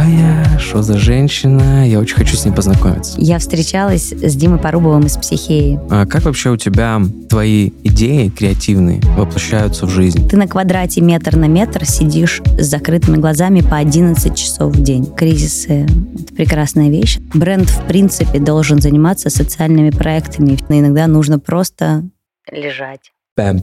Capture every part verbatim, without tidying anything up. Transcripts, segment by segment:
Вая, что за женщина, я очень хочу с ней познакомиться. Я встречалась с Димой Порубовым из «Психеи». А как вообще у тебя твои идеи креативные воплощаются в жизнь? Ты на квадрате метр на метр сидишь с закрытыми глазами по одиннадцать часов в день. Кризисы — это прекрасная вещь. Бренд, в принципе, должен заниматься социальными проектами. Но иногда нужно просто лежать.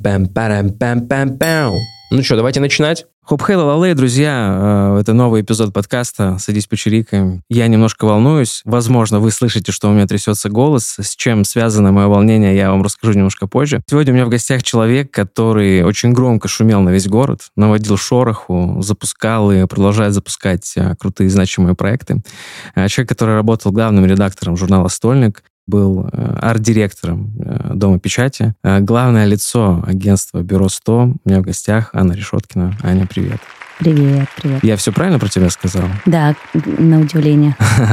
Пам-пам-парам-пам-пам-пам. Ну что, давайте начинать. Хоп, хей, ла-ла-лей, друзья, это новый эпизод подкаста «Садись, почирикаем». Я немножко волнуюсь. Возможно, вы слышите, что у меня трясется голос. С чем связано мое волнение, я вам расскажу немножко позже. Сегодня у меня в гостях человек, который очень громко шумел на весь город, наводил шороху, запускал и продолжает запускать крутые значимые проекты. Человек, который работал главным редактором журнала «Стольник», был арт-директором Дома печати. Главное лицо агентства Бюро сто. У меня в гостях Анна Решеткина. Аня, привет. Привет, привет. Я все правильно про тебя сказал? Да, на удивление.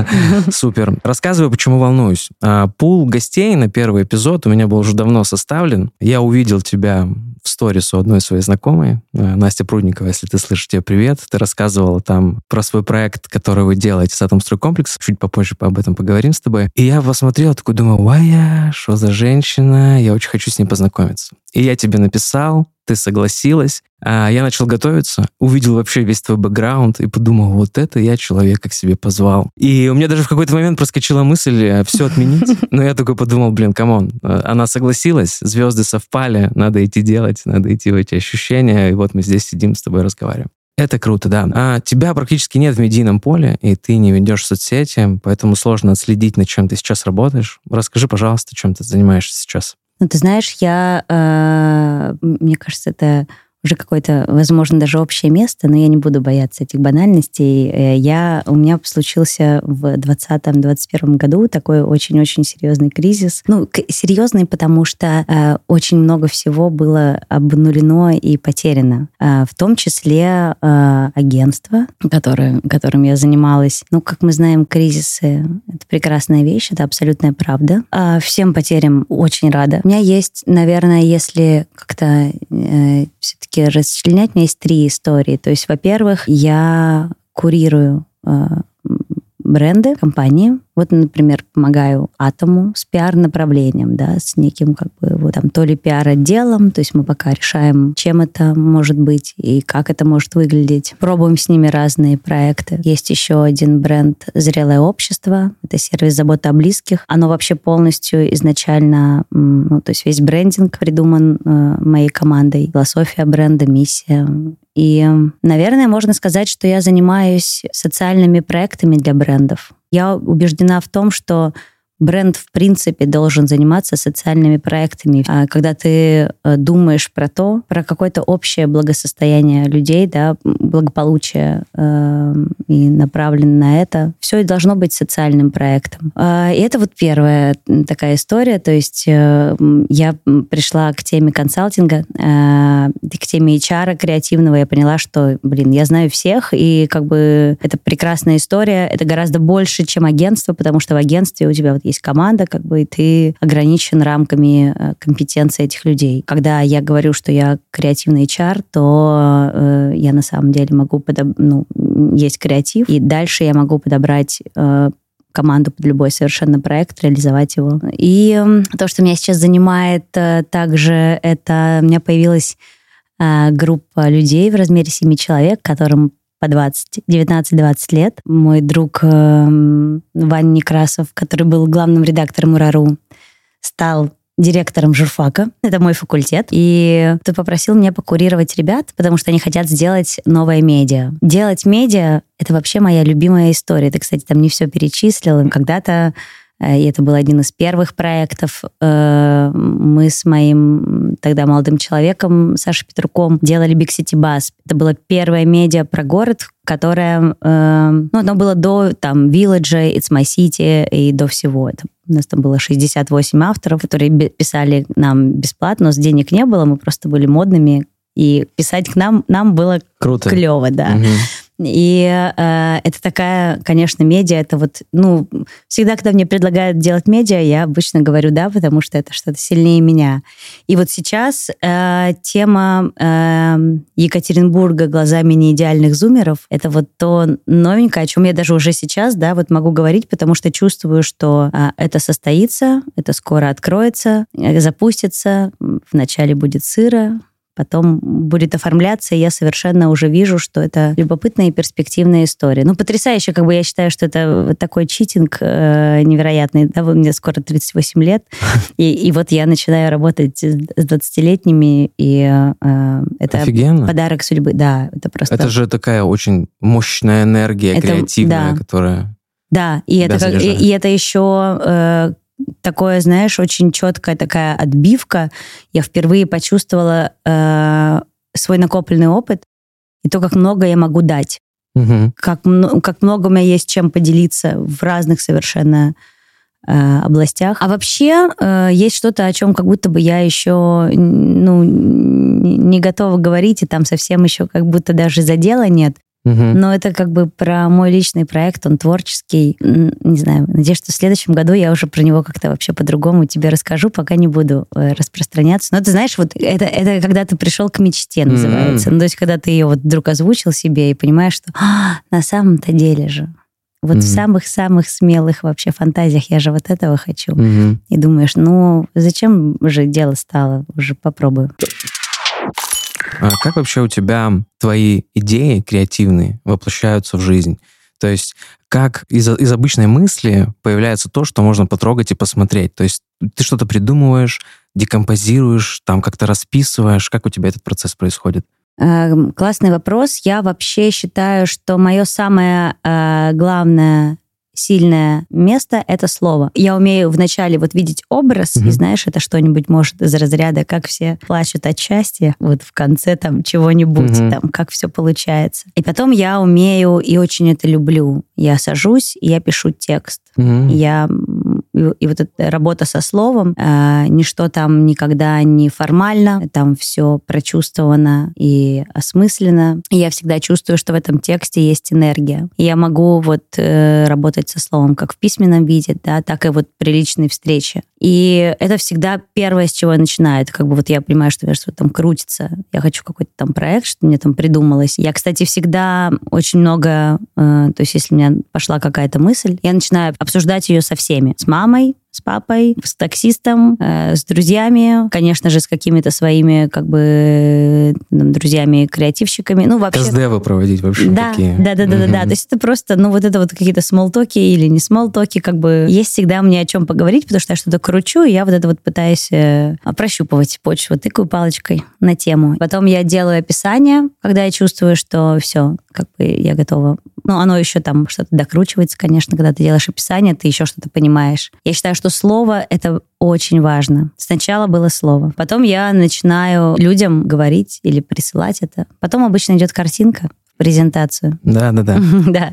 Супер. Рассказываю, почему волнуюсь. Пул гостей на первый эпизод у меня был уже давно составлен. Я увидел тебя в сторис у одной своей знакомой, Настя Прудникова, если ты слышишь, тебе привет. Ты рассказывала там про свой проект, который вы делаете с Атомстройкомплекс. Чуть попозже об этом поговорим с тобой. И я посмотрел, такой думаю, вая, что за женщина, я очень хочу с ней познакомиться. И я тебе написал, ты согласилась. А я начал готовиться, увидел вообще весь твой бэкграунд и подумал, вот это я человека к себе позвал. И у меня даже в какой-то момент проскочила мысль все отменить. Но я такой подумал, блин, камон, она согласилась, звезды совпали, надо идти делать, надо идти в эти ощущения. И вот мы здесь сидим с тобой разговариваем. Это круто, да. А тебя практически нет в медийном поле, и ты не ведешь соцсети, поэтому сложно отследить, над чем ты сейчас работаешь. Расскажи, пожалуйста, чем ты занимаешься сейчас. Ну, ты знаешь, я, э, мне кажется, это уже какое-то, возможно, даже общее место, но я не буду бояться этих банальностей. Я, у меня случился в двадцатом двадцать первом году такой очень-очень серьезный кризис. Ну, серьезный, потому что э, очень много всего было обнулено и потеряно. Э, в том числе э, агентство, которое, которым я занималась. Ну, как мы знаем, кризисы — это прекрасная вещь, это абсолютная правда. Э, всем потерям очень рада. У меня есть, наверное, если как-то э, все-таки расчленять, у меня есть три истории. То есть, во-первых, я курирую э, бренды, компании. Вот, например, помогаю Атому с пиар-направлением, да, с неким как бы вот там то ли пиар-отделом, то есть мы пока решаем, чем это может быть и как это может выглядеть. Пробуем с ними разные проекты. Есть еще один бренд «Зрелое общество». Это сервис заботы о близких. Оно вообще полностью изначально, ну, то есть весь брендинг придуман э, моей командой. Философия бренда, миссия. И, наверное, можно сказать, что я занимаюсь социальными проектами для брендов. Я убеждена в том, что бренд, в принципе, должен заниматься социальными проектами. Когда ты думаешь про то, про какое-то общее благосостояние людей, да, благополучие э, и направлен на это, все должно быть социальным проектом. И это вот первая такая история. То есть э, я пришла к теме консалтинга, э, к теме эйч ар креативного. Я поняла, что, блин, я знаю всех, и как бы это прекрасная история. Это гораздо больше, чем агентство, потому что в агентстве у тебя вот есть команда, как бы, и ты ограничен рамками компетенции этих людей. Когда я говорю, что я креативный эйч ар, то э, я на самом деле могу подоб... ну, есть креатив, и дальше я могу подобрать э, команду под любой совершенно проект, реализовать его. И то, что меня сейчас занимает э, также, это у меня появилась э, группа людей в размере семи человек, которым по двадцать, девятнадцать-двадцать лет. Мой друг э, Ваня Некрасов, который был главным редактором УРАРУ, стал директором журфака. Это мой факультет. И ты попросил меня покурировать ребят, потому что они хотят сделать новое медиа. Делать медиа — это вообще моя любимая история. Ты, кстати, там не все перечислил. Когда-то, и это был один из первых проектов, мы с моим тогда молодым человеком, Сашей Петруком, делали Big City Bus. Это было первое медиа про город, которое, ну, оно было до там Village, It's My City и до всего. Это, у нас там было шестьдесят восемь авторов, которые писали нам бесплатно, с денег не было, мы просто были модными, и писать к нам, нам было круто, клево, да. Угу. И э, это такая, конечно, медиа, это вот, ну, всегда, когда мне предлагают делать медиа, я обычно говорю да, потому что это что-то сильнее меня. И вот сейчас э, тема э, Екатеринбурга глазами неидеальных зумеров, это вот то новенькое, о чем я даже уже сейчас, да, вот могу говорить, потому что чувствую, что э, это состоится, это скоро откроется, э, запустится, вначале будет сыро, потом будет оформляться, и я совершенно уже вижу, что это любопытная и перспективная история. Ну, потрясающе, как бы я считаю, что это такой читинг э, невероятный. Да, мне скоро тридцать восемь лет, и, и вот я начинаю работать с двадцатилетними, и э, это Офигенно. Подарок судьбы. Да, это просто... Это же такая очень мощная энергия, это, креативная, да. которая... Да, и это, как, и, и это еще... Э, такое, знаешь, очень четкая такая отбивка. Я впервые почувствовала э, свой накопленный опыт и то, как много я могу дать. Угу. Как, как много у меня есть чем поделиться в разных совершенно э, областях. А вообще э, есть что-то, о чем как будто бы я еще ну, не готова говорить, и там совсем еще как будто даже задела нет. Но это как бы про мой личный проект, он творческий. Не знаю, надеюсь, что в следующем году я уже про него как-то вообще по-другому тебе расскажу, пока не буду распространяться. Но ты знаешь, вот это, это когда ты пришел к мечте, называется. Mm-hmm. Ну, то есть когда ты ее вот вдруг озвучил себе и понимаешь, что а, на самом-то деле же вот mm-hmm. в самых-самых смелых вообще фантазиях я же вот этого хочу. Mm-hmm. И думаешь, ну, зачем же дело стало? Уже попробую. А как вообще у тебя твои идеи креативные воплощаются в жизнь? То есть как из, из обычной мысли появляется то, что можно потрогать и посмотреть? То есть ты что-то придумываешь, декомпозируешь, там как-то расписываешь. Как у тебя этот процесс происходит? Классный вопрос. Я вообще считаю, что мое самое э, главное... сильное место — это слово. Я умею вначале вот видеть образ, mm-hmm. и знаешь, это что-нибудь может из разряда, как все плачут от счастья, вот в конце там чего-нибудь, mm-hmm. там, как все получается. И потом я умею и очень это люблю. Я сажусь, и я пишу текст. Mm-hmm. Я... И, и вот эта работа со словом, э, ничто там никогда не формально, там все прочувствовано и осмысленно. И я всегда чувствую, что в этом тексте есть энергия. И я могу вот э, работать со словом как в письменном виде, да, так и вот при личной встрече. И это всегда первое, с чего я начинаю. Это как бы вот я понимаю, что что там крутится. Я хочу какой-то там проект, что мне там придумалось. Я, кстати, всегда очень много... Э, то есть если у меня пошла какая-то мысль, я начинаю обсуждать ее со всеми. С мамой, с папой, с таксистом, э, с друзьями, конечно же, с какими-то своими как бы там, друзьями-креативщиками. Ну, вообще... Тест-девы проводить вообще да, такие. Да, да, да, да, да. То есть это просто, ну, вот это вот какие-то смолтоки или не смолтоки, как бы есть всегда мне о чем поговорить, потому что я что-то кручу, и я вот это вот пытаюсь э, прощупывать почву, тыкаю палочкой на тему. Потом я делаю описание, когда я чувствую, что все, как бы я готова. Ну, оно еще там что-то докручивается, конечно, когда ты делаешь описание, ты еще что-то понимаешь. Я считаю, что слово — это очень важно. Сначала было слово. Потом я начинаю людям говорить или присылать это. Потом обычно идет картинка в презентацию. Да-да-да. Да.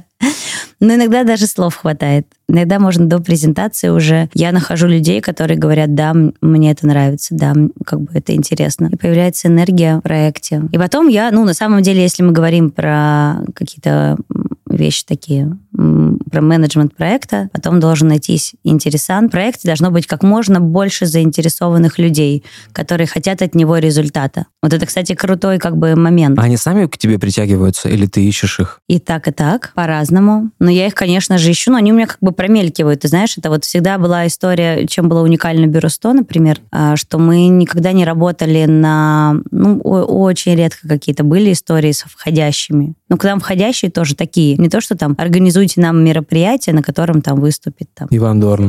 Но иногда даже слов хватает. Иногда можно до презентации уже... Я нахожу людей, которые говорят, да, мне это нравится, да, как бы это интересно. И появляется энергия в проекте. И потом я, ну, на самом деле, если мы говорим про какие-то вещи такие, про менеджмент проекта, потом должен найтись интересант. В проекте должно быть как можно больше заинтересованных людей, которые хотят от него результата. Вот это, кстати, крутой как бы момент. А они сами к тебе притягиваются, или ты ищешь их? И так, и так, по-разному. Но я их, конечно же, ищу, но они у меня как бы промелькивают. Ты знаешь, это вот всегда была история, чем было уникально Бюро сто, например, что мы никогда не работали на... Ну, очень редко какие-то были истории с входящими. Ну, к нам входящие тоже такие. Не то, что там организуйте нам мероприятие, на котором там выступит там... Иван Дорн.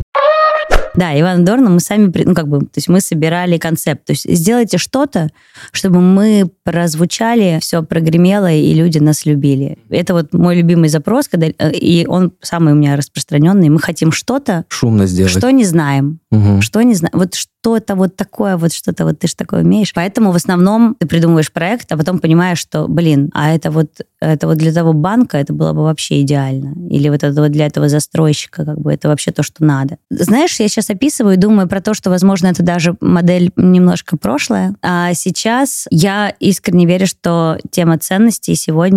Да, Иван Дорн, мы сами, ну, как бы, то есть мы собирали концепт. То есть сделайте что-то, чтобы мы прозвучали, все прогремело, и люди нас любили. Это вот мой любимый запрос, когда, и он самый у меня распространенный. Мы хотим что-то... Шумно сделать. Что не знаем. Угу. Что не знаем. Вот что-то вот такое, вот что-то вот ты же такое умеешь. Поэтому в основном ты придумываешь проект, а потом понимаешь, что, блин, а это вот, это вот для того банка это было бы вообще идеально. Или вот это вот для этого застройщика, как бы это вообще то, что надо. Знаешь, я сейчас описываю и думаю про то, что, возможно, это даже модель немножко прошлая. А сейчас я искренне верю, что тема ценностей сегодня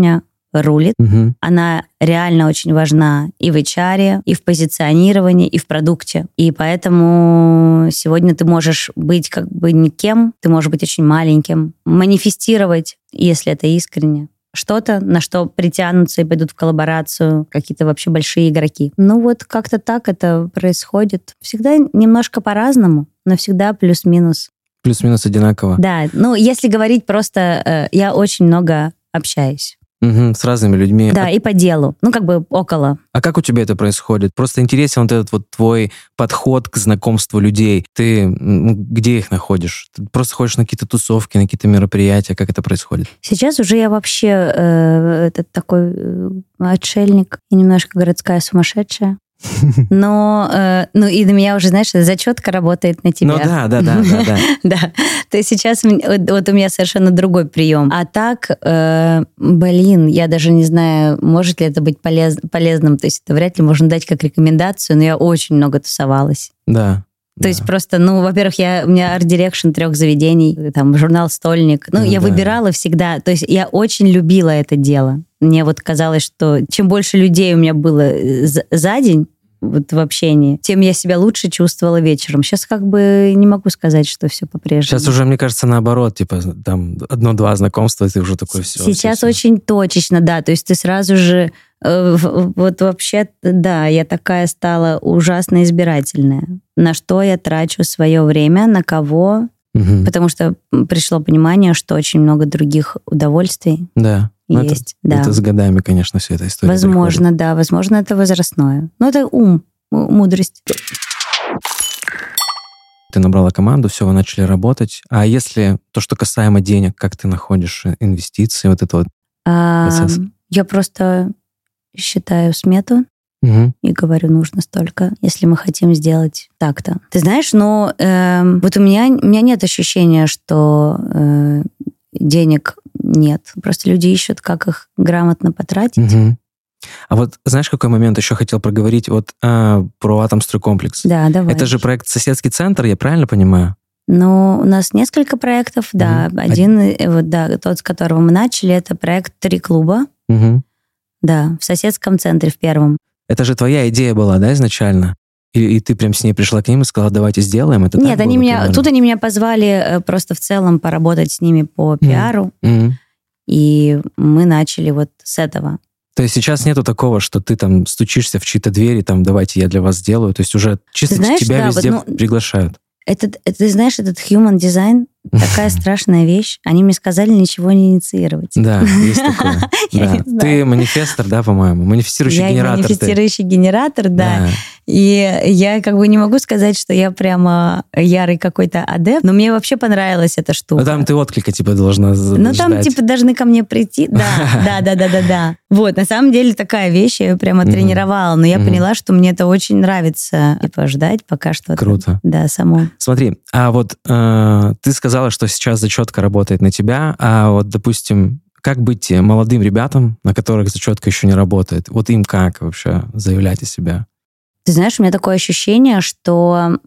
рулит. Угу. Она реально очень важна и в эйч ар, и в позиционировании, и в продукте. И поэтому сегодня ты можешь быть как бы никем, ты можешь быть очень маленьким, манифестировать, если это искренне, что-то, на что притянутся и пойдут в коллаборацию какие-то вообще большие игроки. Ну вот как-то так это происходит. Всегда немножко по-разному, но всегда плюс-минус. Плюс-минус одинаково. Да, ну если говорить просто, э, я очень много общаюсь. Угу, с разными людьми. Да, а, и по делу. Ну, как бы около. а как у тебя это происходит? Просто интересен вот этот вот твой подход к знакомству людей. Ты ну, где их находишь? Ты просто ходишь на какие-то тусовки, на какие-то мероприятия? Как это происходит? Сейчас уже я вообще э, этот такой э, отшельник и немножко городская сумасшедшая. Но, э, ну, и на меня уже, знаешь, зачетка работает на тебя. Ну да, да, да, да, да. Да, то есть сейчас вот, вот у меня совершенно другой прием. А так, э, блин, я даже не знаю, может ли это быть полез, полезным. То есть это вряд ли можно дать как рекомендацию, но я очень много тусовалась. Да. То да. есть просто, ну, во-первых, я, у меня арт-дирекшн трех заведений, там, журнал «Стольник». Ну, Ну, я да. выбирала всегда. То есть я очень любила это дело. Мне вот казалось, что чем больше людей у меня было за, за день, вот в общении, тем я себя лучше чувствовала вечером. Сейчас как бы не могу сказать, что все по-прежнему. Сейчас уже, мне кажется, наоборот, типа, там, одно-два знакомства, и ты уже такой, все. Сейчас все, все. очень точечно, да. То есть ты сразу же... э, вот вообще, да, я такая стала ужасно избирательная. На что я трачу свое время, на кого... Мгм. Потому что пришло понимание, что очень много других удовольствий Да. Ну, это- есть. Да. Это с годами, конечно, вся эта история Возможно, да. Возможно, это возрастное. Но это ум, м- мудрость. Ты набрала команду, все, вы начали работать. А если то, что касаемо денег, как ты находишь инвестиции, вот это вот? А, Процесс. я просто считаю смету Мгм. и говорю, нужно столько, если мы хотим сделать так-то. Ты знаешь, но эм, вот у меня, у меня нет ощущения, что э, денег нет. Просто люди ищут, как их грамотно потратить. Мгм. А вот знаешь, какой момент еще хотел проговорить? Вот а, про Атомстройкомплекс. Да, давай. Это же проект «Соседский центр», я правильно понимаю? Но у нас несколько проектов, да. Мгм. Один, э, вот, да, тот, с которого мы начали, это проект «Три клуба». Мгм. Да, в соседском центре, в первом. Это же твоя идея была, да, изначально? И, и ты прям с ней пришла к ним и сказала, давайте сделаем это? Нет, так они было меня, примерно? тут они меня позвали э, просто в целом поработать с ними по пиару, Мгм. и мы начали вот с этого. То есть сейчас нету такого, что ты там стучишься в чьи-то двери, там, давайте я для вас сделаю. То есть уже чисто Ты знаешь, тебя да, везде вот, ну, приглашают. Этот, это, ты знаешь, этот human design такая страшная вещь. Они мне сказали ничего не инициировать. Да, есть такое. Я Да. не знаю. Ты манифестор, да, по-моему? Манифестирующий Я генератор. ты. манифестирующий генератор, да. И я как бы не могу сказать, что я прямо ярый какой-то адепт, но мне вообще понравилась эта штука. Ну там ты отклика типа должна з- Ну, там, ждать. типа, должны ко мне прийти. Да, да, да, да, да, да. Вот, на самом деле, такая вещь, я ее прямо Мгм. тренировала, но я Мгм. поняла, что мне это очень нравится. Типа, ждать, пока что-то... Круто. Да, само. Смотри, а вот э, ты сказала, что сейчас зачетка работает на тебя, а вот, допустим, как быть молодым ребятам, на которых зачетка еще не работает? Вот им как вообще заявлять о себе? Ты знаешь, у меня такое ощущение, что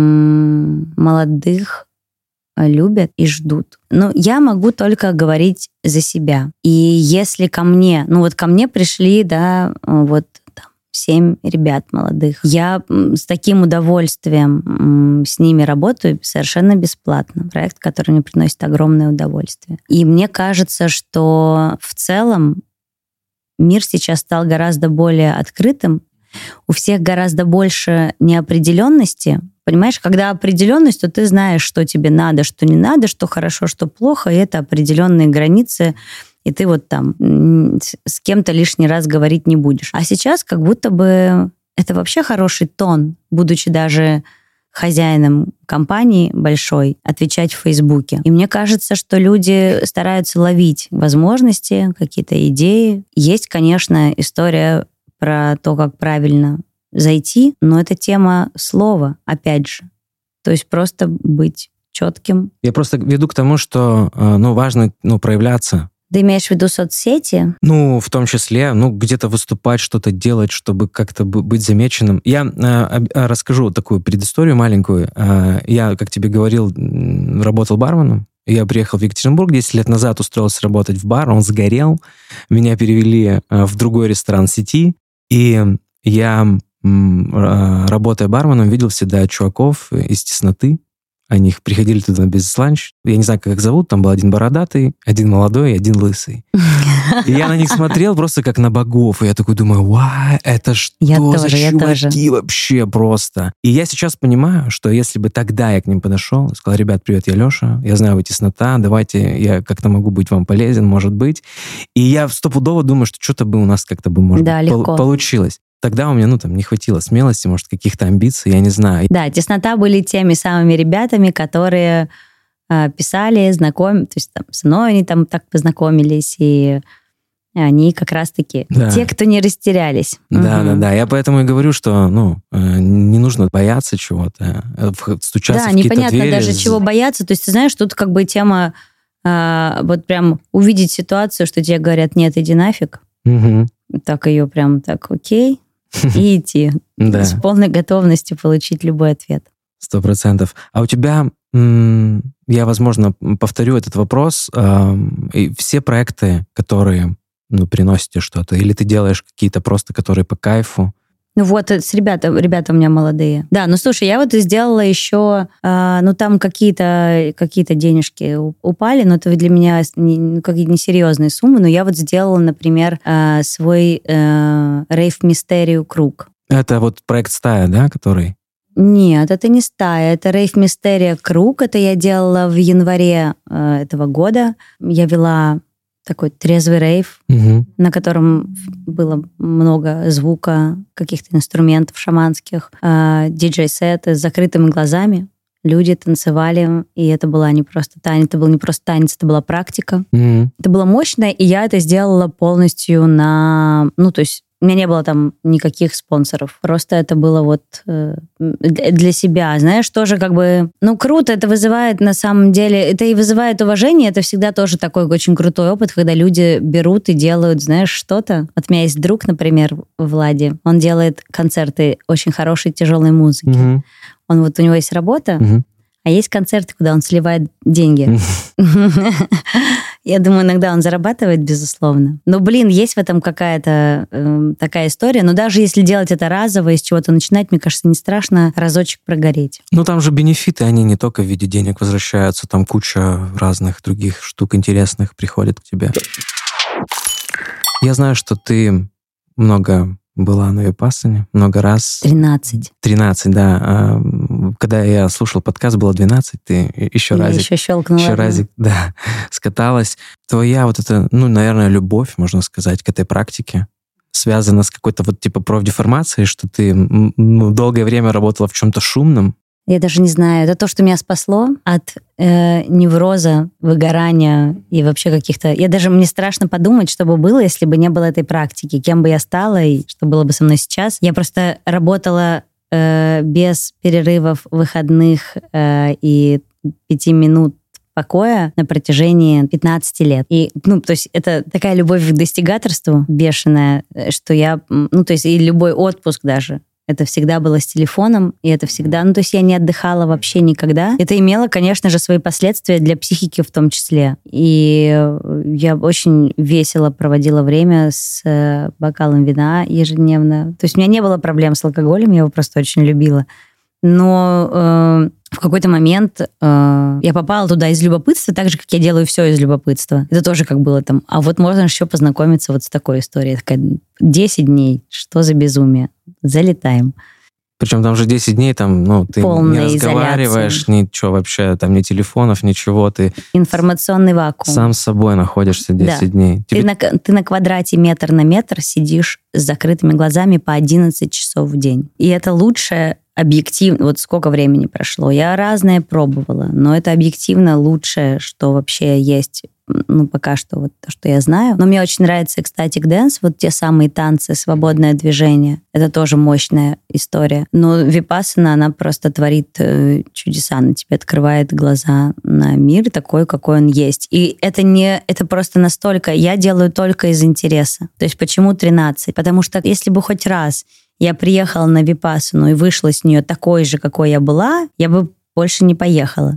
м, молодых любят и ждут. Ну, я могу только говорить за себя. И если ко мне, ну вот ко мне пришли, да, вот там, семь ребят молодых, я м, с таким удовольствием м, с ними работаю совершенно бесплатно. Проект, который мне приносит огромное удовольствие. И мне кажется, что в целом мир сейчас стал гораздо более открытым, у всех гораздо больше неопределенности. Понимаешь, когда определенность, то ты знаешь, что тебе надо, что не надо, что хорошо, что плохо, и это определенные границы, и ты вот там м, с с кем-то лишний раз говорить не будешь. А сейчас как будто бы это вообще хороший тон, будучи даже хозяином компании большой, отвечать в Фейсбуке. И мне кажется, что люди стараются ловить возможности, какие-то идеи. Есть, конечно, история про то, как правильно зайти, но это тема слова, опять же. То есть просто быть четким. Я просто веду к тому, что э, ну, важно ну, проявляться. Ты имеешь в виду соцсети? Ну, в том числе, ну, где-то выступать, что-то делать, чтобы как-то б- быть замеченным. Я э, об- э, расскажу такую предысторию маленькую. Э, я, как тебе говорил, м, работал барменом Я приехал в Екатеринбург десять лет назад, устроился работать в бар, он сгорел. Меня перевели в другой ресторан сети. И я, работая барменом, видел всегда чуваков из тесноты. Они приходили туда на бизнес-ланч. Я не знаю, как их зовут. Там был один бородатый, один молодой и один лысый. И я на них смотрел просто как на богов. И я такой думаю, вау, это что я за тоже, чуваки вообще просто? И я сейчас понимаю, что если бы тогда я к ним подошел и сказал, ребят, привет, я Леша, я знаю, вы теснота, давайте я как-то могу быть вам полезен, может быть. И я стопудово думаю, что что-то бы у нас как-то бы, может да, быть, легко. получилось. Тогда у меня, ну, там, не хватило смелости, может, каких-то амбиций, я не знаю. Да, теснота были теми самыми ребятами, которые э, писали, знакомились, то есть там, со мной они там так познакомились, и они как раз-таки да. те, кто не растерялись. Да, угу. да, да. Я поэтому и говорю, что, ну, э, не нужно бояться чего-то, стучаться да, в какие-то непонятно двери. даже, чего бояться. То есть, ты знаешь, тут как бы тема э, вот прям увидеть ситуацию, что тебе говорят, нет, иди нафиг. Угу. Так ее прям так, окей. И идти да. с полной готовностью получить любой ответ. Сто процентов. А у тебя, я, возможно, повторю этот вопрос, все проекты, которые ну, приносят что-то, или ты делаешь какие-то просто, которые по кайфу? Ну вот, с ребята, ребята у меня молодые. Да, ну слушай, я вот сделала еще, э, ну там какие-то какие денежки упали, но это для меня не, какие-то несерьезные суммы, но я вот сделала, например, э, свой э, рейв-мистерию круг. Это вот проект «Стая», да, который? Нет, это не «Стая», это рейв-мистерия круг. Это я делала в январе э, этого года. Я вела такой трезвый рейв, угу. на котором было много звука, каких-то инструментов шаманских, э, диджей-сеты с закрытыми глазами. Люди танцевали, и это была не просто танец, это был не просто танец, это была практика. Угу. Это было мощно, и я это сделала полностью на... Ну, то есть у меня не было там никаких спонсоров. Просто это было вот э, для себя. Знаешь, тоже как бы... Ну, круто, это вызывает на самом деле... Это и вызывает уважение. Это всегда тоже такой очень крутой опыт, когда люди берут и делают, знаешь, что-то. Вот у меня есть друг, например, Влади. Он делает концерты очень хорошей тяжелой музыки. Угу. Он вот, у него есть работа, угу. а есть концерты, куда он сливает деньги. Я думаю, иногда он зарабатывает, безусловно. Но, блин, есть в этом какая-то э, такая история. Но даже если делать это разово, из чего-то начинать, мне кажется, не страшно разочек прогореть. Ну, там же бенефиты, они не только в виде денег возвращаются, там куча разных других штук интересных приходит к тебе. Я знаю, что ты много была на Випассане, много раз. тринадцать. тринадцать, да. Когда я слушал подкаст, было двенадцать, ты еще я разик... еще щелкнула. Еще разик, да, скаталась. Твоя вот эта, ну, наверное, любовь, можно сказать, к этой практике связана с какой-то вот типа профдеформацией, что ты ну, долгое время работала в чем-то шумном. Я даже не знаю. Это то, что меня спасло от э, невроза, выгорания и вообще каких-то... Я даже... Мне страшно подумать, что бы было, если бы не было этой практики. Кем бы я стала и что было бы со мной сейчас. Я просто работала э, без перерывов, выходных э, и пяти минут покоя на протяжении пятнадцати лет. И, ну, то есть это такая любовь к достигаторству бешеная, что я... Ну, то есть и любой отпуск даже. Это всегда было с телефоном, и это всегда... Ну, то есть я не отдыхала вообще никогда. Это имело, конечно же, свои последствия для психики в том числе. И я очень весело проводила время с бокалом вина ежедневно. То есть у меня не было проблем с алкоголем, я его просто очень любила. Но э, в какой-то момент э, я попала туда из любопытства, так же, как я делаю все из любопытства. Это тоже как было там. А вот можно еще познакомиться вот с такой историей. Такая, десять дней, что за безумие. Залетаем. Причем там же десять дней, там, ну, ты полная не разговариваешь, изоляция. Ничего вообще, там ни телефонов, ничего. Ты информационный вакуум. Сам с собой находишься десять да. дней. Тебе... Ты, на, ты на квадрате метр на метр сидишь с закрытыми глазами по одиннадцать часов в день. И это лучшее объективно, вот сколько времени прошло, я разное пробовала, но это объективно лучшее, что вообще есть, ну, пока что вот то, что я знаю. Но мне очень нравится экстатик дэнс, вот те самые танцы, свободное движение. Это тоже мощная история. Но випассана, она просто творит э, чудеса, она тебе открывает глаза на мир такой, какой он есть. И это не, это просто настолько, я делаю только из интереса. То есть почему тринадцать? Потому что если бы хоть раз я приехала на випассану и вышла с нее такой же, какой я была, я бы больше не поехала.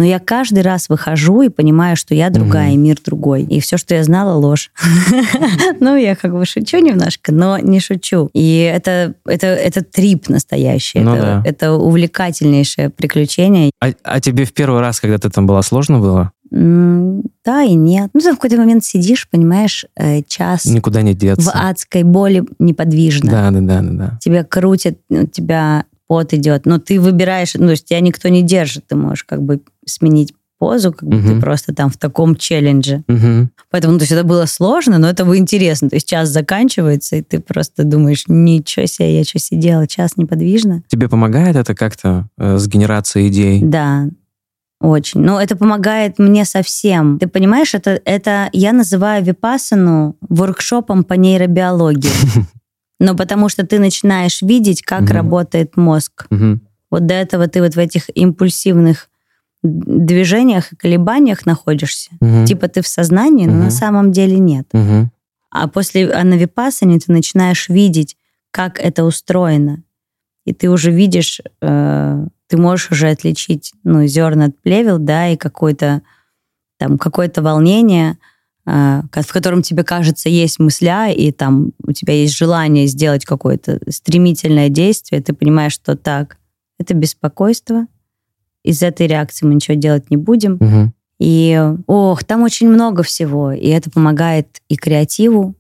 Но я каждый раз выхожу и понимаю, что я другая, mm-hmm. и мир другой. И все, что я знала, ложь. Ну, я как бы шучу немножко, но не шучу. И это, это, это трип настоящий. Ну, это, да. это увлекательнейшее приключение. А, а тебе в первый раз, когда ты там была, сложно было? Mm, да и нет. Ну, ты в какой-то момент сидишь, понимаешь, час... Никуда не деться. В адской боли неподвижно. Да, да, да, да, да. Тебя крутят, у тебя пот идет, но ты выбираешь, ну, то есть тебя никто не держит, ты можешь как бы сменить позу, как бы uh-huh. ты просто там в таком челлендже. Uh-huh. Поэтому, то есть это было сложно, но это было интересно. То есть час заканчивается, и ты просто думаешь, ничего себе, я что сидела, час неподвижно. Тебе помогает это как-то э, с генерацией идей? Да, очень. Но это помогает мне совсем. Ты понимаешь, это, это я называю випассану воркшопом по нейробиологии. Но потому что ты начинаешь видеть, как uh-huh. работает мозг. Uh-huh. Вот до этого ты вот в этих импульсивных движениях и колебаниях находишься. Uh-huh. Типа ты в сознании, но uh-huh. на самом деле нет. Uh-huh. А после а на випассане ты начинаешь видеть, как это устроено. И ты уже видишь, э, ты можешь уже отличить ну, зерна от плевел, да, и какое-то там какое-то волнение, в котором тебе кажется есть мысля, и там у тебя есть желание сделать какое-то стремительное действие, ты понимаешь, что так, это беспокойство, из этой реакции мы ничего делать не будем. Угу. И, ох, там очень много всего, и это помогает и креативу,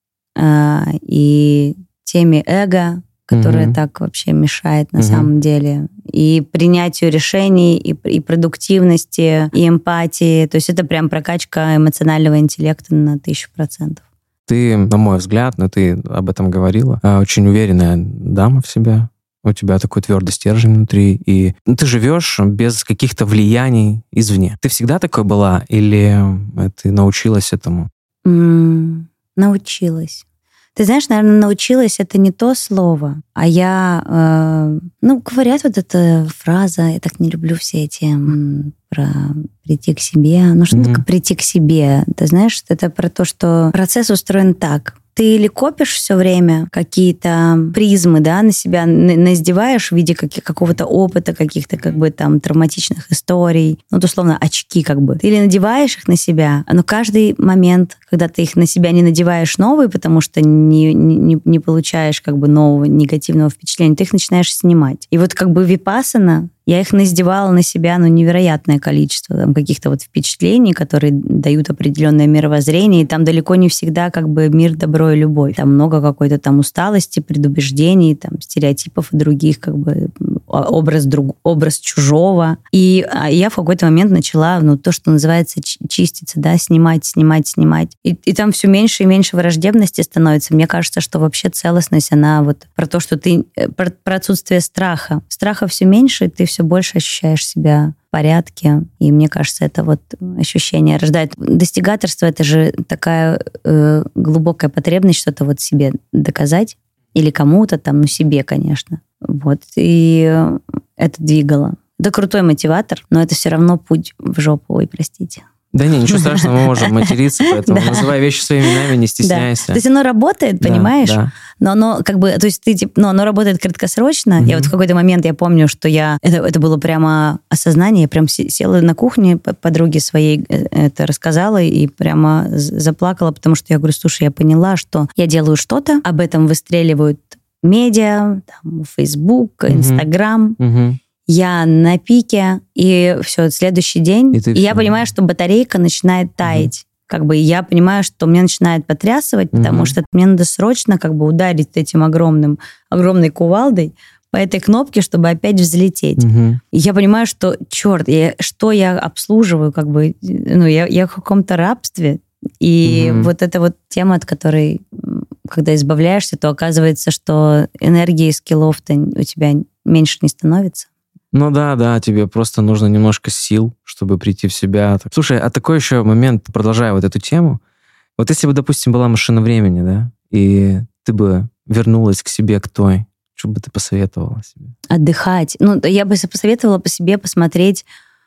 и теме эго, которая угу. так вообще мешает на угу. самом деле, и принятию решений, и, и продуктивности, и эмпатии. То есть это прям прокачка эмоционального интеллекта на тысячу процентов. Ты, на мой взгляд, но ты об этом говорила, очень уверенная дама в себе. У тебя такой твердый стержень внутри, и ты живешь без каких-то влияний извне. Ты всегда такой была, или ты научилась этому? Mm, научилась. Ты знаешь, наверное, научилась — это не то слово, а я... Э, ну, говорят вот эта фраза, я так не люблю все эти м, про прийти к себе. Ну, что mm-hmm. такое прийти к себе? Ты знаешь, это про то, что процесс устроен так. Ты или копишь все время какие-то призмы, да, на себя, наиздеваешь в виде каких- какого-то опыта, каких-то как бы там травматичных историй, ну, вот, условно, очки как бы. Ты или надеваешь их на себя, но каждый момент, когда ты их на себя не надеваешь новые, потому что не, не, не получаешь как бы нового негативного впечатления, ты их начинаешь снимать. И вот как бы випассана, я их наиздевала на себя, ну, невероятное количество там, каких-то вот впечатлений, которые дают определенное мировоззрение, и там далеко не всегда как бы мир, добро и любовь. Там много какой-то там усталости, предубеждений, там, стереотипов и других, как бы образ, друг, образ чужого. И я в какой-то момент начала, ну, то, что называется чиститься, да, снимать, снимать, снимать. И, и там все меньше и меньше враждебности становится. Мне кажется, что вообще целостность, она вот про то, что ты... Про, про отсутствие страха. Страха все меньше, и ты все больше ощущаешь себя в порядке. И мне кажется, это вот ощущение рождает. Достигаторство — это же такая э, глубокая потребность что-то вот себе доказать. Или кому-то там, ну, себе, конечно. Вот. И это двигало. Это крутой мотиватор, но это все равно путь в жопу. Ой, простите. Да не, ничего страшного, мы можем материться, поэтому да. называй вещи своими именами, не стесняйся. Да. То есть оно работает, понимаешь? Да, да. Но оно как бы, то есть ты, типа, ну, оно работает краткосрочно. Mm-hmm. Я вот в какой-то момент, я помню, что я, это, это было прямо осознание, я прям села на кухне, подруге своей это рассказала и прямо заплакала, потому что я говорю, слушай, я поняла, что я делаю что-то, об этом выстреливают медиа, там, Facebook, Instagram. Mm-hmm. Я на пике, и все, следующий день. И, и я понимаю, что батарейка начинает таять. Угу. Как бы я понимаю, что меня начинает потрясывать, угу. потому что мне надо срочно как бы ударить этим огромным, огромной кувалдой по этой кнопке, чтобы опять взлететь. Угу. И я понимаю, что, черт, я, что я обслуживаю, как бы, ну, я, я в каком-то рабстве. И угу. вот эта вот тема, от которой, когда избавляешься, то оказывается, что энергии и скиллов-то у тебя меньше не становится. Ну да, да, тебе просто нужно немножко сил, чтобы прийти в себя. Слушай, а такой еще момент, продолжая вот эту тему, вот если бы, допустим, была машина времени, да, и ты бы вернулась к себе, к той, что бы ты посоветовала себе? Отдыхать. Ну, я бы посоветовала по себе посмотреть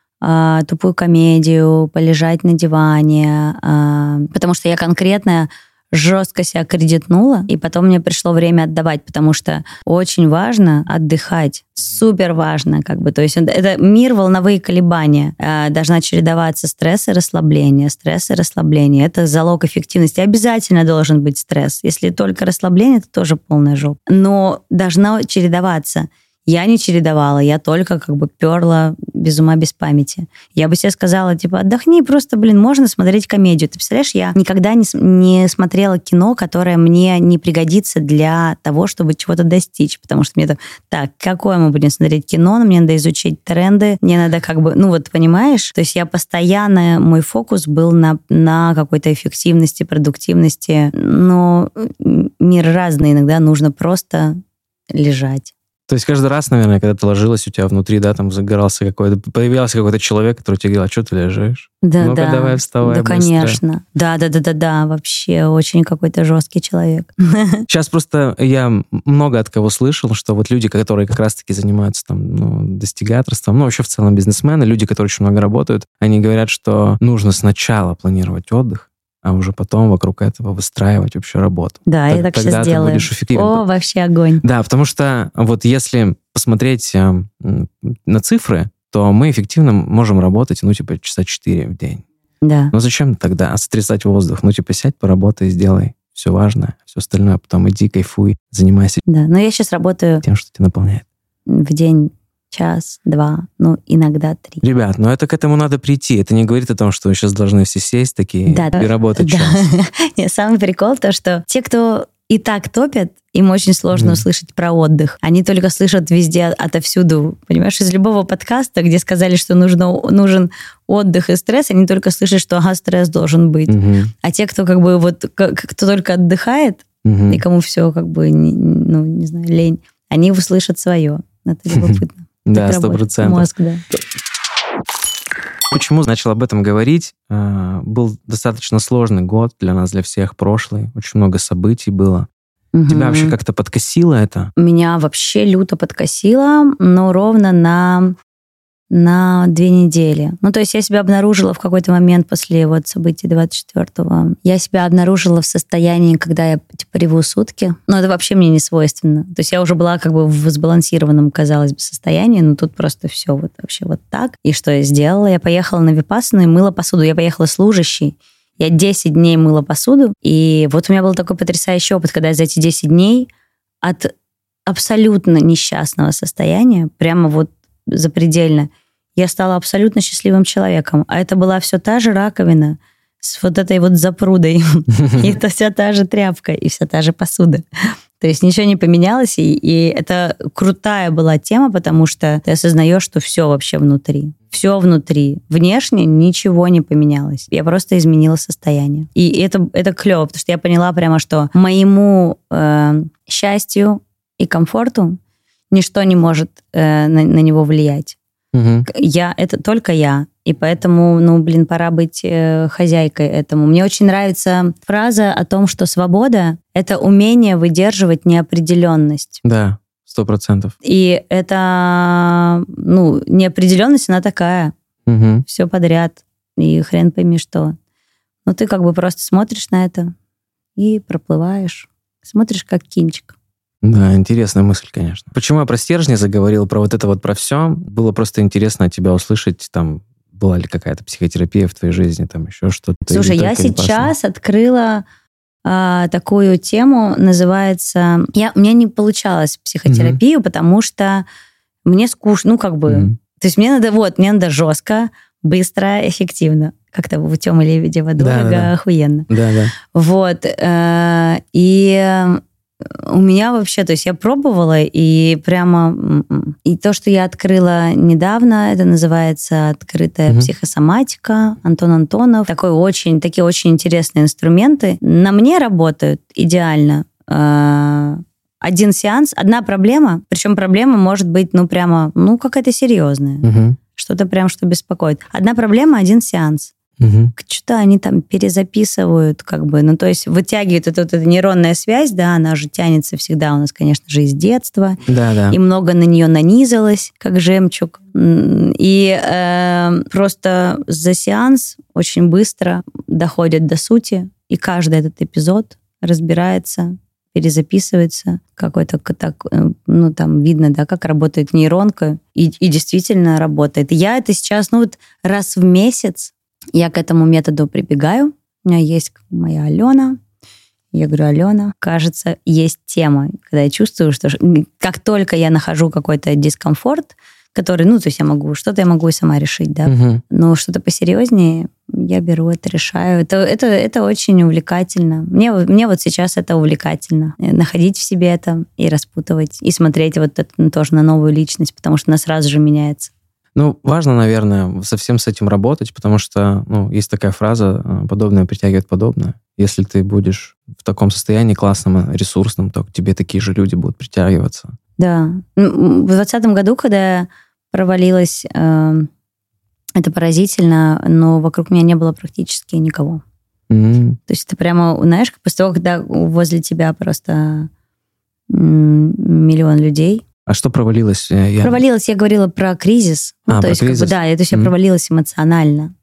э, тупую комедию, полежать на диване, э, потому что я конкретно жестко себя кредитнула, и потом мне пришло время отдавать, потому что очень важно отдыхать, супер важно, как бы, то есть это мир, волновые колебания, должна чередоваться стресс и расслабление, стресс и расслабление, это залог эффективности, обязательно должен быть стресс, если только расслабление, это тоже полная жопа, но должна чередоваться. Я не чередовала, я только как бы перла без ума, без памяти. Я бы себе сказала, типа, отдохни, просто, блин, можно смотреть комедию. Ты представляешь, я никогда не, не смотрела кино, которое мне не пригодится для того, чтобы чего-то достичь, потому что мне так, так, какое мы будем смотреть кино, мне надо изучить тренды, мне надо как бы, ну вот, понимаешь? То есть я постоянно, мой фокус был на, на какой-то эффективности, продуктивности, но мир разный, иногда нужно просто лежать. То есть каждый раз, наверное, когда ты ложилась, у тебя внутри, да, там загорался какой-то, появился какой-то человек, который тебе говорил, а что ты лежишь? Да, Ну-ка, да. давай вставай Да, быстро. конечно. Да, да, да, да, да. Вообще очень какой-то жесткий человек. Сейчас просто я много от кого слышал, что вот люди, которые как раз-таки занимаются там, ну, достигаторством, ну, вообще в целом бизнесмены, люди, которые очень много работают, они говорят, что нужно сначала планировать отдых, а уже потом вокруг этого выстраивать вообще работу. Да, так, я так тогда сейчас ты делаю. будешь эффективен. О, вообще огонь. Да, потому что вот если посмотреть э, на цифры, то мы эффективно можем работать, ну, типа, часа четыре в день. Да. Но зачем тогда сотрясать воздух? Ну, типа, сядь, поработай, сделай все важное, все остальное, потом иди, кайфуй, занимайся Да, но я сейчас работаю тем, что тебя наполняет. в день час, два, ну, иногда три. Ребят, ну это к этому надо прийти. Это не говорит о том, что вы сейчас должны все сесть такие Да, и работать да. час. Нет, самый прикол то, что те, кто и так топят, им очень сложно mm. услышать про отдых. Они только слышат везде, отовсюду. Понимаешь, из любого подкаста, где сказали, что нужно, нужен отдых и стресс, они только слышат, что ага, стресс должен быть. Mm-hmm. А те, кто как бы вот, кто только отдыхает, mm-hmm. и кому все как бы, ну, не знаю, лень, они услышат свое. Это любопытно. Да, сто процентов. Мозг, да. Почему начал об этом говорить? Был достаточно сложный год для нас, для всех, прошлый. Очень много событий было. Угу. Тебя вообще как-то подкосило это? Меня вообще люто подкосило, но ровно на, на две недели. Ну, то есть я себя обнаружила в какой-то момент после вот событий двадцать четвёртого. Я себя обнаружила в состоянии, когда я типа реву сутки. Но это вообще мне не свойственно. То есть я уже была как бы в сбалансированном, казалось бы, состоянии, но тут просто все вот вообще вот так. И что я сделала? Я поехала на випассану и мыла посуду. Я поехала служащей. Я десять дней мыла посуду. И вот у меня был такой потрясающий опыт, когда я за эти десять дней от абсолютно несчастного состояния, прямо вот запредельно, я стала абсолютно счастливым человеком. А это была все та же раковина с вот этой вот запрудой. И это вся та же тряпка, и вся та же посуда. То есть ничего не поменялось, и, и это крутая была тема, потому что ты осознаешь, что все вообще внутри. Все внутри. Внешне ничего не поменялось. Я просто изменила состояние. И это, это клево, потому что я поняла прямо, что моему э, счастью и комфорту ничто не может э, на, на него влиять. Угу. Я, это только я. И поэтому, ну, блин, пора быть э, хозяйкой этому. Мне очень нравится фраза о том, что свобода — это умение выдерживать неопределенность. Да, сто процентов. И это, ну, неопределенность, она такая. Угу. Все подряд. И хрен пойми что. Ну, ты как бы просто смотришь на это и проплываешь. Смотришь как кинчик. Да, интересная мысль, конечно. Почему я про стержни заговорил, про вот это вот, про все? Было просто интересно от тебя услышать, там, была ли какая-то психотерапия в твоей жизни, там еще что-то. Слушай, я сейчас открыла а, такую тему, называется... Я, у меня не получалось психотерапию, mm-hmm. потому что мне скучно, ну, как бы... Mm-hmm. То есть мне надо, вот, мне надо жестко, быстро, эффективно. Как-то в «Утём и лебедева» дорого, да, да. охуенно. Да, да. Вот. Э, и... У меня вообще, то есть я пробовала, и прямо... И то, что я открыла недавно, это называется «Открытая mm-hmm. психосоматика», Антон Антонов. Такой очень, такие очень интересные инструменты. На мне работают идеально. Один сеанс, одна проблема, причем проблема может быть, ну, прямо, ну, какая-то серьезная. Mm-hmm. Что-то прям, что беспокоит. Одна проблема, один сеанс. Угу. Что-то они там перезаписывают, как бы, ну, то есть вытягивают эту, эту нейронная связь, да, она же тянется всегда у нас, конечно же, из детства. Да, да. И много на нее нанизалось, как жемчуг. И э, просто за сеанс очень быстро доходят до сути, и каждый этот эпизод разбирается, перезаписывается, какой-то так, ну, там видно, да, как работает нейронка, и, и действительно работает. Я это сейчас, ну, вот раз в месяц я к этому методу прибегаю. У меня есть моя Алена. Я говорю, Алена, кажется, есть тема, когда я чувствую, что как только я нахожу какой-то дискомфорт, который, ну, то есть я могу, что-то я могу и сама решить, да, угу. но что-то посерьезнее я беру это, решаю. Это, это, это очень увлекательно. Мне, мне вот сейчас это увлекательно. Находить в себе это и распутывать, и смотреть вот это тоже на новую личность, потому что она сразу же меняется. Ну, важно, наверное, совсем с этим работать, потому что, ну, есть такая фраза, подобное притягивает подобное. Если ты будешь в таком состоянии классном, ресурсном, то к тебе такие же люди будут притягиваться. Да. В двадцатом году, когда я провалилась, э, это поразительно, но вокруг меня не было практически никого. Mm-hmm. То есть это прямо, знаешь, после того, когда возле тебя просто миллион людей. А что провалилось? Я... Провалилась, я говорила про кризис. А, ну, то про есть, кризис? Как бы, да, то есть mm-hmm. я провалилась эмоционально.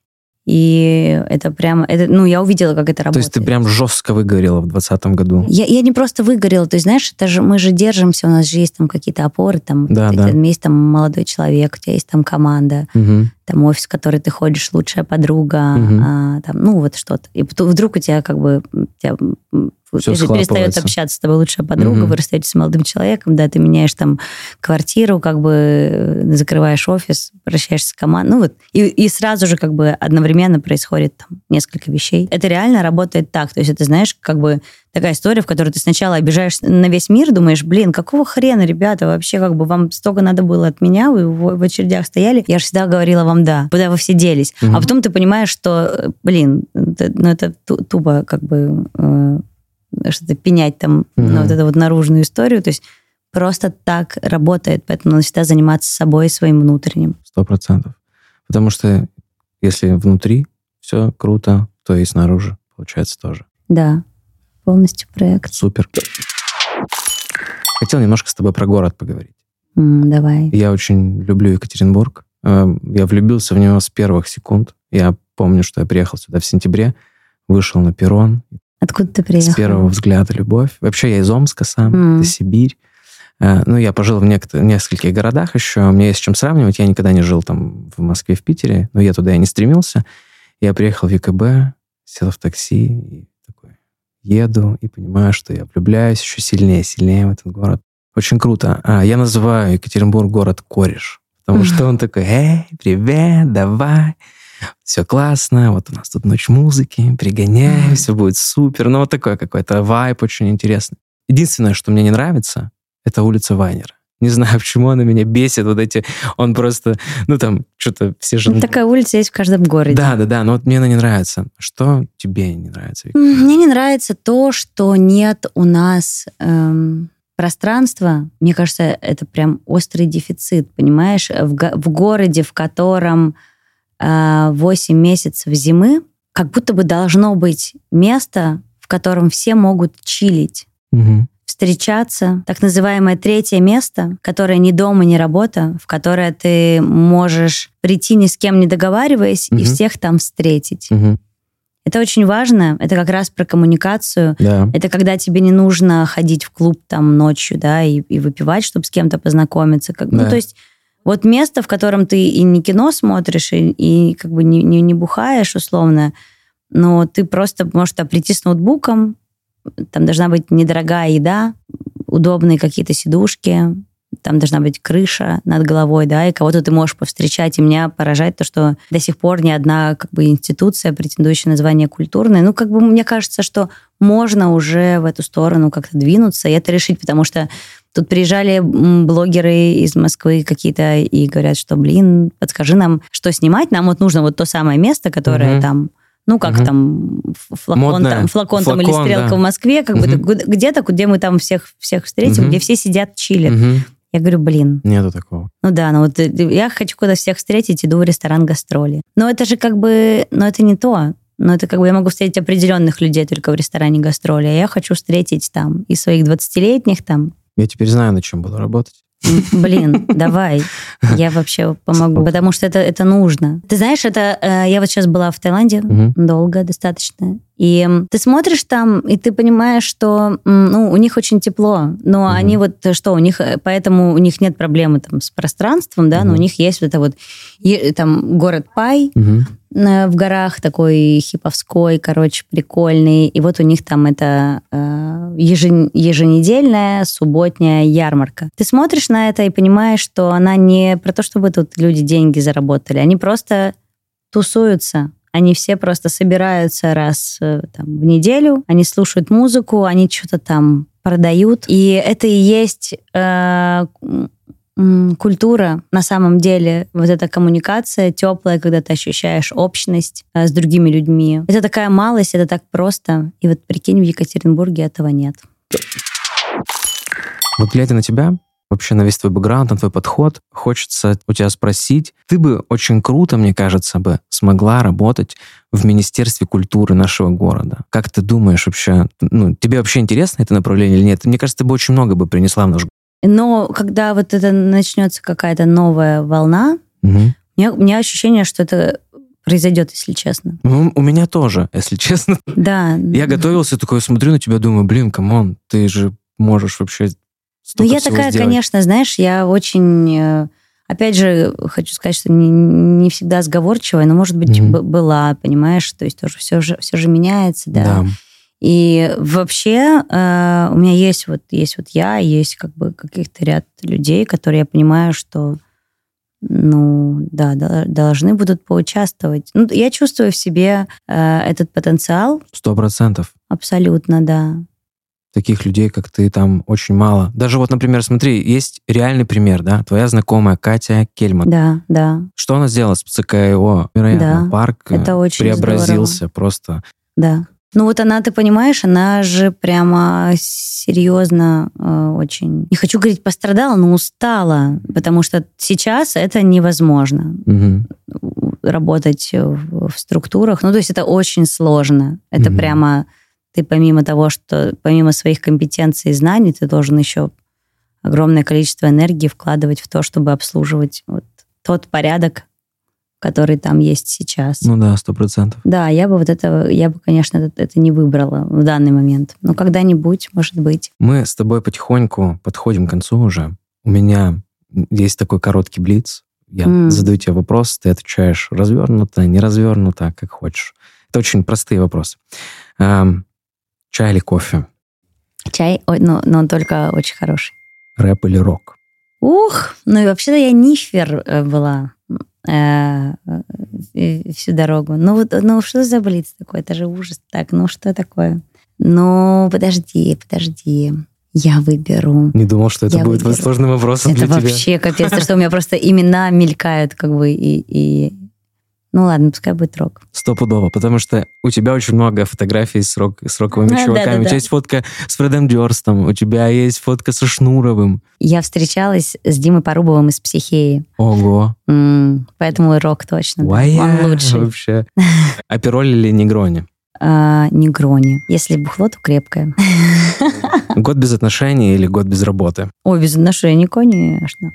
И это прямо, это, ну, я увидела, как это работает. То есть ты прям жестко выгорела в двадцатом году? Я, я не просто выгорела, то есть, знаешь, это же, мы же держимся, у нас же есть там какие-то опоры, там, да, ты, да. Ты, есть там молодой человек, у тебя есть там команда, угу. там офис, в который ты ходишь, лучшая подруга, угу. а, там, ну, вот что-то. И вдруг у тебя как бы... У тебя, Все перестает общаться с тобой лучшая подруга, угу. вы расстаетесь с молодым человеком, да, ты меняешь там квартиру, как бы закрываешь офис, прощаешься с командой. Ну вот, и, и сразу же как бы одновременно происходит там несколько вещей. Это реально работает так. То есть это, знаешь, как бы такая история, в которой ты сначала обижаешь на весь мир, думаешь, блин, какого хрена, ребята, вообще как бы вам столько надо было от меня, вы в, в очередях стояли, я же всегда говорила вам да, куда вы все делись. Угу. А потом ты понимаешь, что, блин, это, ну это тупо как бы... Э, что-то пенять там mm-hmm. на вот эту вот наружную историю. То есть просто так работает. Поэтому надо всегда заниматься собой, своим внутренним. Сто процентов. Потому что если внутри все круто, то и снаружи получается тоже. Да, полностью проект. Супер. Хотел немножко с тобой про город поговорить. Mm, давай. Я очень люблю Екатеринбург. Я влюбился в него с первых секунд. Я помню, что я приехал сюда в сентябре, вышел на перрон. Откуда ты приехал? С первого взгляда любовь. Вообще я из Омска сам, mm. это Сибирь. Ну, я пожил в некотор- нескольких городах еще. Мне есть с чем сравнивать. Я никогда не жил там в Москве, в Питере, но я туда и не стремился. Я приехал в ЕКБ, сел в такси и такой еду и понимаю, что я влюбляюсь еще сильнее, сильнее в этот город. Очень круто. А, я называю Екатеринбург город кореш, потому что он такой, эй, привет, давай. Все классно, вот у нас тут ночь музыки, пригоняем, все будет супер. Ну, вот такой какой-то вайб очень интересный. Единственное, что мне не нравится, это улица Вайнера. Не знаю, почему она меня бесит, вот эти... Он просто, ну, там, что-то все же... Такая улица есть в каждом городе. Да, да, да, но вот мне она не нравится. Что тебе не нравится, Виктория? Мне не нравится то, что нет у нас... Эм... пространство, мне кажется, это прям острый дефицит, понимаешь? В, го- в городе, в котором восемь месяцев зимы, как будто бы должно быть место, в котором все могут чилить, угу. встречаться. Так называемое третье место, которое ни дома, ни работа, в которое ты можешь прийти ни с кем не договариваясь угу. и всех там встретить. Угу. Это очень важно. Это как раз про коммуникацию. Да. Это когда тебе не нужно ходить в клуб там ночью, да, и, и выпивать, чтобы с кем-то познакомиться. Как, да. Ну, то есть вот место, в котором ты и не кино смотришь, и, и как бы не, не, не бухаешь условно, но ты просто можешь туда прийти с ноутбуком, там должна быть недорогая еда, удобные какие-то сидушки, там должна быть крыша над головой, да, и кого-то ты можешь повстречать. И меня поражает то, что до сих пор ни одна как бы институция, претендующая на звание культурной, ну, как бы мне кажется, что можно уже в эту сторону как-то двинуться и это решить, потому что тут приезжали блогеры из Москвы какие-то и говорят, что, блин, подскажи нам, что снимать, нам вот нужно вот то самое место, которое угу. там, ну, как угу. там, флакон, там, флакон, флакон там или стрелка да. в Москве, как угу. бы где-то, где мы там всех, всех встретим, угу. где все сидят, чилят. Угу. Я говорю, блин. Нету такого. Ну да, ну вот я хочу куда всех встретить, иду в ресторан «Гастроли». Но это же как бы, ну это не то. Но это как бы я могу встретить определенных людей только в ресторане «Гастроли», а я хочу встретить там и своих двадцатилетних там. Я теперь знаю, на чем буду работать. Блин, давай, я вообще помогу, потому что это, это нужно. Ты знаешь, это я вот сейчас была в Таиланде угу. долго достаточно, И ты смотришь там, и ты понимаешь, что ну, у них очень тепло, но угу. они вот что, у них, поэтому у них нет проблемы там с пространством, да, угу. но у них есть вот это вот там город Пай, угу. в горах такой хиповской, короче, прикольный. И вот у них там это э, еженедельная субботняя ярмарка. Ты смотришь на это и понимаешь, что она не про то, чтобы тут люди деньги заработали. Они просто тусуются. Они все просто собираются раз там, в неделю, они слушают музыку, они что-то там продают. И это и есть... Э, культура, на самом деле, вот эта коммуникация теплая, когда ты ощущаешь общность э, с другими людьми. Это такая малость, это так просто. И вот прикинь, в Екатеринбурге этого нет. Вот глядя на тебя, вообще на весь твой бэкграунд, на твой подход, хочется у тебя спросить, ты бы очень круто, мне кажется, бы смогла работать в Министерстве культуры нашего города. Как ты думаешь вообще, ну, тебе вообще интересно это направление или нет? Мне кажется, ты бы очень много бы принесла в наш город. Но когда вот это начнется какая-то новая волна, угу. у, меня, у меня ощущение, что это произойдет, если честно. Ну, у меня тоже, если честно. Да. Я готовился, такой смотрю на тебя, думаю, блин, камон, ты же можешь вообще Ну, я такая, сделать. Конечно, знаешь, я очень... Опять же, хочу сказать, что не, не всегда сговорчивая, но, может быть, угу. была, понимаешь? То есть тоже все же, все же меняется, да. Да. И вообще э, у меня есть вот, есть вот я, есть как бы каких-то ряд людей, которые я понимаю, что, ну, да, должны будут поучаствовать. Ну, я чувствую в себе э, этот потенциал. Сто процентов. Абсолютно, да. Таких людей, как ты, там очень мало. Даже вот, например, смотри, есть реальный пример, да? Твоя знакомая Катя Кельман. Да, да. Что она сделала с ПЦК-ИО? Вероятно, да, парк это очень преобразился здорово. Просто. Да. Ну вот она, ты понимаешь, она же прямо серьезно э, очень, не хочу говорить пострадала, но устала, потому что сейчас это невозможно. Угу. Работать в, в структурах. Ну то есть это очень сложно. Это угу. прямо ты помимо того, что помимо своих компетенций и знаний, ты должен еще огромное количество энергии вкладывать в то, чтобы обслуживать вот тот порядок, который там есть сейчас. Ну да, сто процентов. Да, я бы вот это, я бы, конечно, это, это не выбрала в данный момент. Но когда-нибудь, может быть. Мы с тобой потихоньку подходим к концу уже. У меня есть такой короткий блиц. Я mm. задаю тебе вопрос, ты отвечаешь развернуто, не развернуто, как хочешь. Это очень простые вопросы. Эм, чай или кофе? Чай, ой, но, но он только очень хороший. Рэп или рок? Ух, ну и вообще-то я нифер была э, всю дорогу. Ну вот, ну что за блиц такой? Это же ужас. Так, ну что такое? Ну, подожди, подожди. Я выберу. Не думал, что это я будет выберу. сложным вопросом это для тебя. Это вообще капец, что у меня просто имена мелькают, как бы, и... и... Ну ладно, пускай будет рок. Стопудово, потому что у тебя очень много фотографий с, рок, с роковыми а, чуваками. Да, да, у тебя да. есть фотка с Фредом Дёрстом, у тебя есть фотка со Шнуровым. Я встречалась с Димой Порубовым из «Психеи». Ого. М-м, поэтому рок точно. Да. Он лучший. Вообще. Апероль или Негрони? А, Негрони. Если бухло, то крепкое. Год без отношений или год без работы? Ой, без отношений, конечно.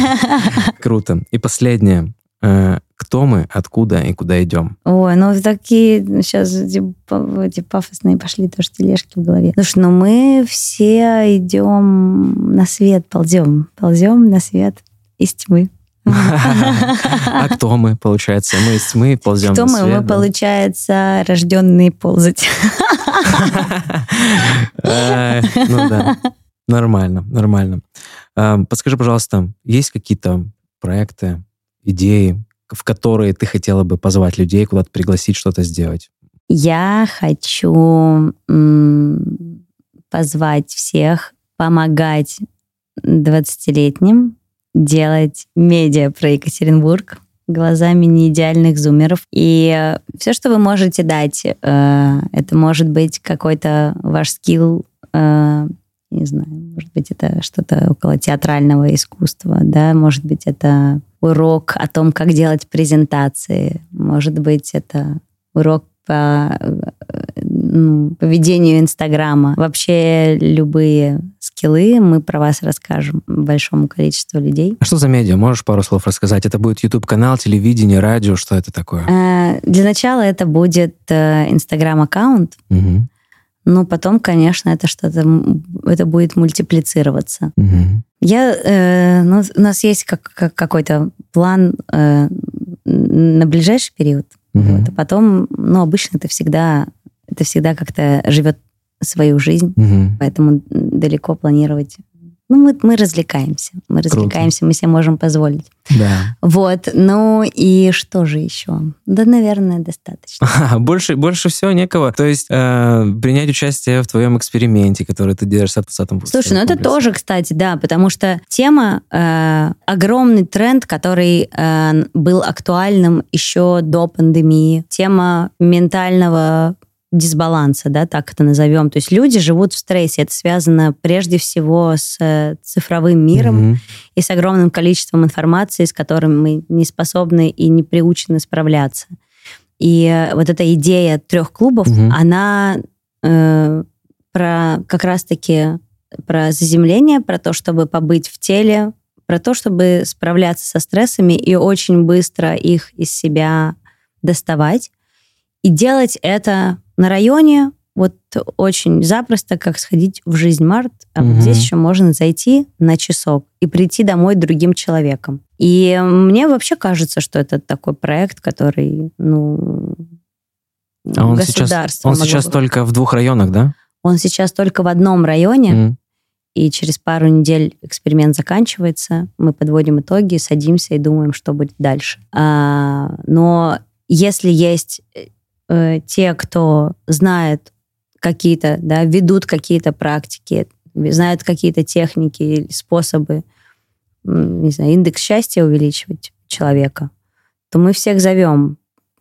Круто. И последнее. Кто мы, откуда и куда идем? Ой, ну такие сейчас эти пафосные пошли тоже тележки в голове. Слушай, ну мы все идем на свет, ползем. Ползем на свет из тьмы. А кто мы, получается? Мы из тьмы ползем на свет? Кто мы? Мы, получается, рожденные ползать. Ну да, нормально, нормально. Подскажи, пожалуйста, есть какие-то проекты, идеи, в которые ты хотела бы позвать людей, куда-то пригласить, что-то сделать? Я хочу м- позвать всех помогать двадцатилетним делать медиа про Екатеринбург глазами неидеальных зумеров. И все, что вы можете дать, э, это может быть какой-то ваш скилл, э, не знаю, может быть, это что-то около театрального искусства, да, может быть, это урок о том, как делать презентации, может быть, это урок по ну, по ведению Инстаграма. Вообще любые скиллы мы про вас расскажем большому количеству людей. А что за медиа? Можешь пару слов рассказать? Это будет YouTube-канал, телевидение, радио? Что это такое? А, для начала это будет Инстаграм-аккаунт. Угу. Но потом, конечно, это что-то, это будет мультиплицироваться. Угу. Я, э, ну, у нас есть как, как, какой-то план э, на ближайший период. Угу. Вот, а потом, ну, обычно это всегда, это всегда как-то живет свою жизнь, угу. поэтому далеко планировать. Ну, мы, мы развлекаемся. Мы Круто. развлекаемся, мы себе можем позволить. Да. Вот. Ну и что же еще? Да, наверное, достаточно. А, больше, больше всего некого. То есть э, принять участие в твоем эксперименте, который ты делаешь с двадцатым. Слушай, ну это тоже, кстати, да, потому что тема, э, огромный тренд, который э, был актуальным еще до пандемии. Тема ментального дисбаланса, да, так это назовем. То есть люди живут в стрессе. Это связано прежде всего с цифровым миром mm-hmm. и с огромным количеством информации, с которым мы не способны и не приучены справляться. И вот эта идея трех клубов, mm-hmm. она э, про как раз-таки про заземление, про то, чтобы побыть в теле, про то, чтобы справляться со стрессами и очень быстро их из себя доставать. И делать это на районе вот очень запросто, как сходить в жизнь Март. А mm-hmm. вот здесь еще можно зайти на часок и прийти домой другим человеком. И мне вообще кажется, что это такой проект, который, ну, а он сейчас, он сейчас бы... только в двух районах, да? Он сейчас только в одном районе, mm-hmm. и через пару недель эксперимент заканчивается, мы подводим итоги, садимся и думаем, что будет дальше. А, но если есть те, кто знает какие-то, да, ведут какие-то практики, знают какие-то техники или способы, не знаю, индекс счастья увеличивать человека, то мы всех зовем,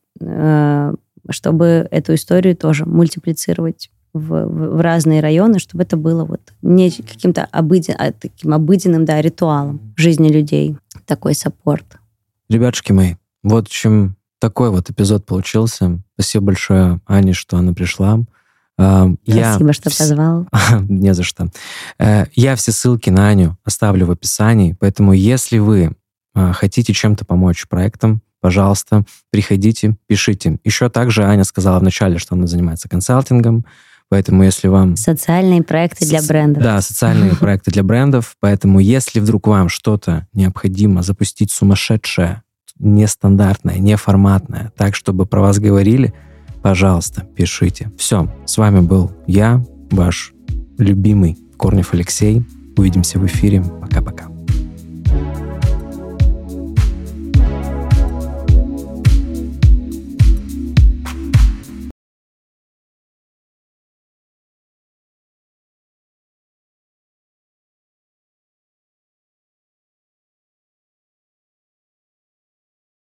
чтобы эту историю тоже мультиплицировать в, в разные районы, чтобы это было вот не каким-то обыден, а таким обыденным, да, ритуалом в жизни людей. Такой саппорт. Ребятушки мои, вот в чем такой вот эпизод получился. Спасибо большое Ане, что она пришла. Спасибо, Я... что позвал. Не за что. Я все ссылки на Аню оставлю в описании, поэтому если вы хотите чем-то помочь проектам, пожалуйста, приходите, пишите. Еще также Аня сказала вначале, что она занимается консалтингом, поэтому если вам... Социальные проекты для брендов. Да, социальные проекты для брендов, поэтому если вдруг вам что-то необходимо запустить сумасшедшее, нестандартное, неформатное, так, чтобы про вас говорили, пожалуйста, пишите. Все, с вами был я, ваш любимый Корнев Алексей. Увидимся в эфире. Пока-пока.